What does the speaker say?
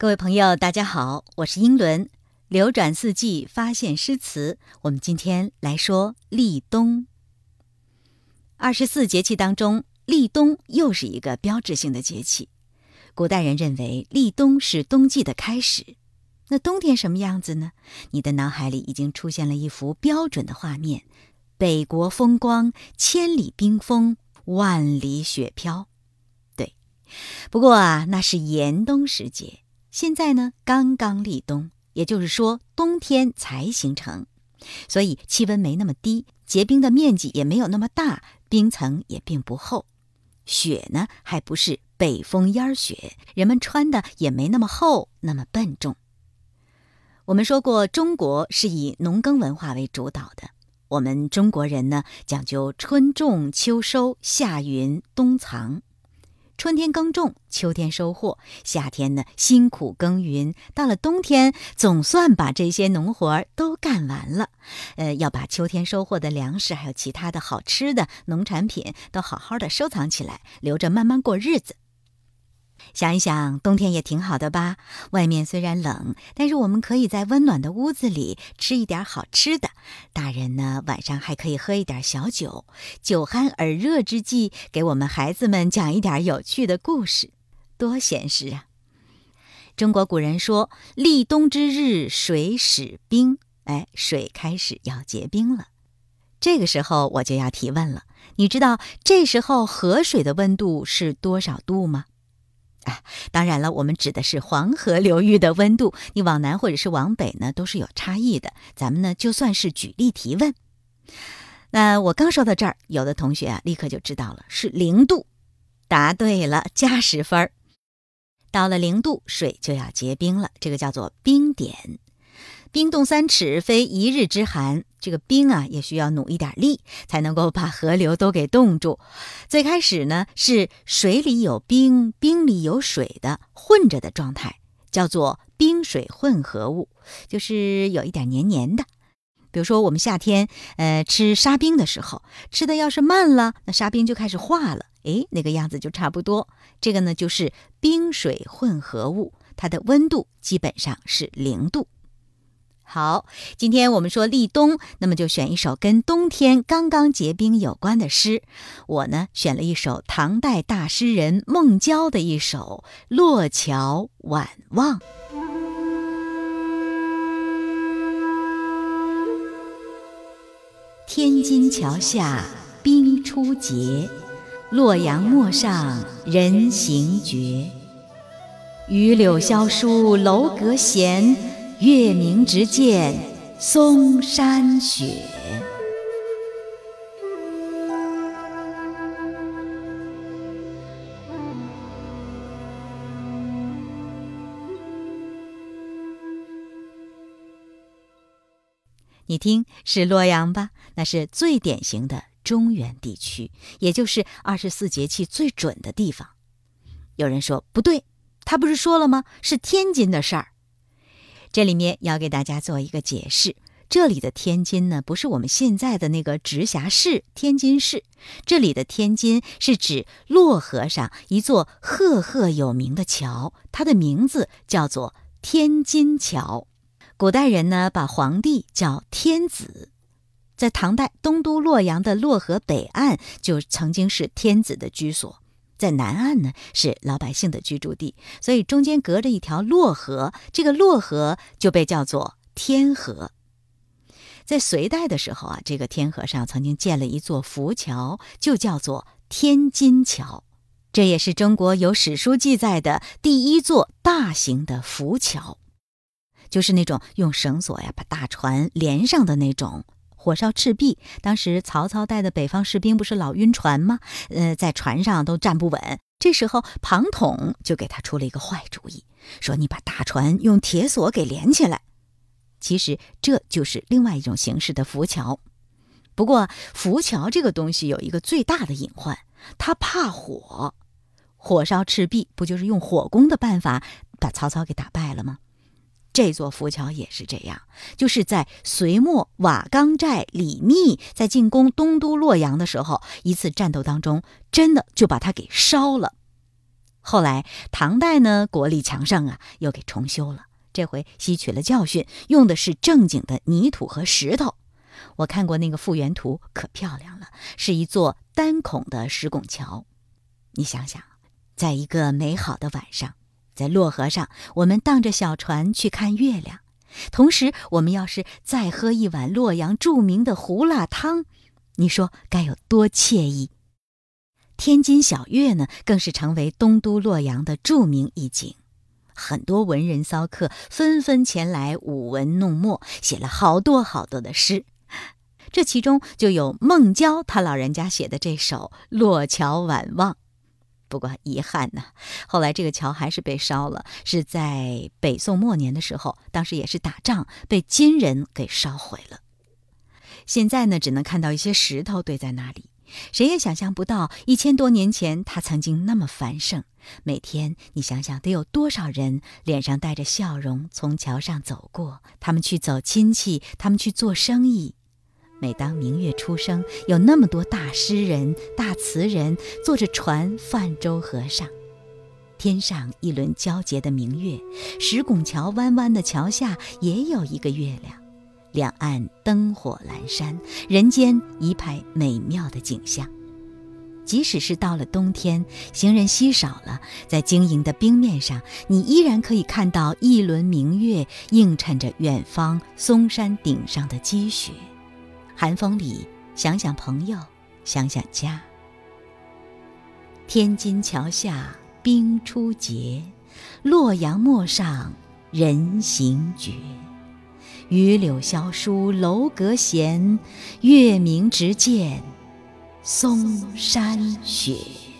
各位朋友大家好，我是英伦，流转四季，发现诗词。我们今天来说立冬。24节气当中，立冬又是一个标志性的节气。古代人认为立冬是冬季的开始。那冬天什么样子呢？你的脑海里已经出现了一幅标准的画面：北国风光，千里冰封，万里雪飘。对，不过那是严冬时节。现在呢，刚刚立冬，也就是说冬天才形成，所以气温没那么低，结冰的面积也没有那么大，冰层也并不厚。雪呢，还不是北风烟雪，人们穿的也没那么厚，那么笨重。我们说过，中国是以农耕文化为主导的。我们中国人呢，讲究春种、秋收、夏耘、冬藏。春天耕种，秋天收获，夏天呢辛苦耕耘，到了冬天总算把这些农活都干完了。要把秋天收获的粮食还有其他的好吃的农产品都好好的收藏起来，留着慢慢过日子。想一想，冬天也挺好的吧？外面虽然冷，但是我们可以在温暖的屋子里吃一点好吃的。大人呢，晚上还可以喝一点小酒，酒酣耳热之际，给我们孩子们讲一点有趣的故事，多闲适啊！中国古人说，立冬之日，水始冰。水开始要结冰了。这个时候我就要提问了，你知道这时候河水的温度是多少度吗？当然了，我们指的是黄河流域的温度，你往南或者是往北呢，都是有差异的。咱们呢，就算是举例提问。那我刚说到这儿，有的同学立刻就知道了，是0度。答对了，加10分。到了0度，水就要结冰了，这个叫做冰点。冰冻3尺，非一日之寒。这个冰也需要努一点力，才能够把河流都给冻住。最开始呢，是水里有冰，冰里有水的混着的状态，叫做冰水混合物，就是有一点黏黏的。比如说我们夏天吃沙冰的时候，吃的要是慢了，那沙冰就开始化了，那个样子就差不多。这个呢，就是冰水混合物，它的温度基本上是0度。好，今天我们说立冬，那么就选一首跟冬天刚刚结冰有关的诗。我呢，选了一首唐代大诗人孟郊的一首《洛桥晚望》。天津桥下冰初结，洛阳陌上人行绝。榆柳萧疏楼阁闲，月明直见嵩山雪。你听，是洛阳吧？那是最典型的中原地区，也就是24节气最准的地方。有人说不对，他不是说了吗？是天津的事儿。这里面要给大家做一个解释，这里的天津呢，不是我们现在的那个直辖市天津市，这里的天津是指洛河上一座赫赫有名的桥，它的名字叫做天津桥。古代人呢，把皇帝叫天子。在唐代，东都洛阳的洛河北岸就曾经是天子的居所，在南岸呢是老百姓的居住地，所以中间隔着一条洛河，这个洛河就被叫做天河。在隋代的时候这个天河上曾经建了一座浮桥，就叫做天津桥。这也是中国有史书记载的第一座大型的浮桥，就是那种用绳索把大船连上的那种。火烧赤壁，当时曹操带的北方士兵不是老晕船吗？在船上都站不稳。这时候庞统就给他出了一个坏主意，说你把大船用铁索给连起来。其实这就是另外一种形式的浮桥。不过浮桥这个东西有一个最大的隐患，它怕火。火烧赤壁不就是用火攻的办法把曹操给打败了吗？这座浮桥也是这样，就是在隋末瓦岗寨李密在进攻东都洛阳的时候，一次战斗当中真的就把它给烧了。 后来唐代呢，国力强盛啊，又给重修了。这回吸取了教训，用的是正经的泥土和石头。我看过那个复原图，可漂亮了，是一座单孔的石拱桥。你想想，在一个美好的晚上，在洛河上，我们荡着小船去看月亮，同时我们要是再喝一碗洛阳著名的胡辣汤，你说该有多惬意。天津小月呢，更是成为东都洛阳的著名意境。很多文人骚客纷纷前来舞文弄墨，写了好多好多的诗。这其中就有孟郊他老人家写的这首《洛桥晚望》。不过遗憾呢，后来这个桥还是被烧了，是在北宋末年的时候，当时也是打仗，被金人给烧毁了。现在呢，只能看到一些石头堆在那里。谁也想象不到1000多年前它曾经那么繁盛，每天你想想得有多少人脸上带着笑容从桥上走过，他们去走亲戚，他们去做生意。每当明月初升，有那么多大诗人大词人坐着船泛舟河上，天上一轮皎洁的明月，石拱桥弯弯的桥下也有一个月亮，两岸灯火阑珊，人间一派美妙的景象。即使是到了冬天，行人稀少了，在晶莹的冰面上，你依然可以看到一轮明月映衬着远方嵩山顶上的积雪。寒风里，想想朋友，想想家。天津桥下冰初结，洛阳陌上人行绝。榆柳萧疏楼阁闲，月明直见嵩山雪。